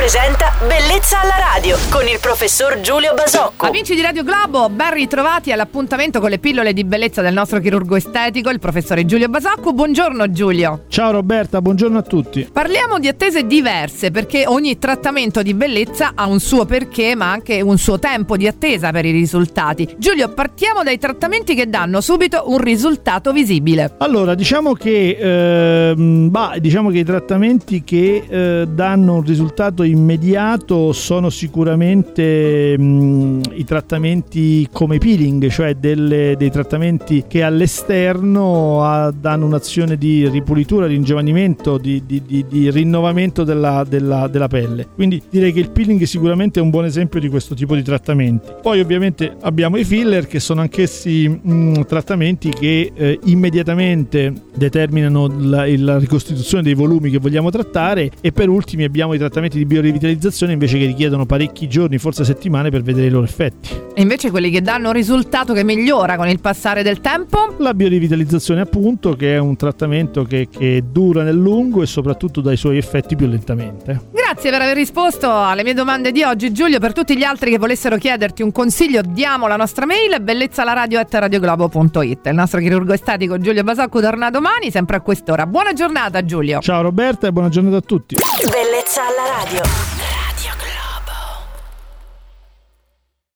presenta Bellezza alla radio con il professor Giulio Basocco. Amici di Radio Globo, ben ritrovati all'appuntamento con le pillole di bellezza del nostro chirurgo estetico, il professore Giulio Basocco. Buongiorno Giulio. Ciao Roberta, buongiorno a tutti. Parliamo di attese diverse, perché ogni trattamento di bellezza ha un suo perché, ma anche un suo tempo di attesa per i risultati. Giulio, partiamo dai trattamenti che danno subito un risultato visibile. Allora, diciamo che i trattamenti che danno un risultato immediato sono sicuramente i trattamenti come peeling, cioè dei trattamenti che all'esterno danno un'azione di ripulitura, di ingiovanimento, di rinnovamento della pelle. Quindi direi che il peeling sicuramente è un buon esempio di questo tipo di trattamenti. Poi ovviamente abbiamo i filler, che sono anch'essi trattamenti che immediatamente determinano la ricostituzione dei volumi che vogliamo trattare, e per ultimi abbiamo i trattamenti di biorivitalizzazione invece che richiedono parecchi giorni, forse settimane, per vedere i loro effetti. E invece quelli che danno un risultato che migliora con il passare del tempo? La biorivitalizzazione, appunto, che è un trattamento che dura nel lungo e soprattutto dà i suoi effetti più lentamente. Grazie per aver risposto alle mie domande di oggi, Giulio. Per tutti gli altri che volessero chiederti un consiglio, diamo la nostra mail bellezzalaradio@radioglobo.it. Il nostro chirurgo estetico Giulio Basocco torna domani sempre a quest'ora. Buona giornata Giulio. Ciao Roberta e buona giornata a tutti. Bellezza alla radio.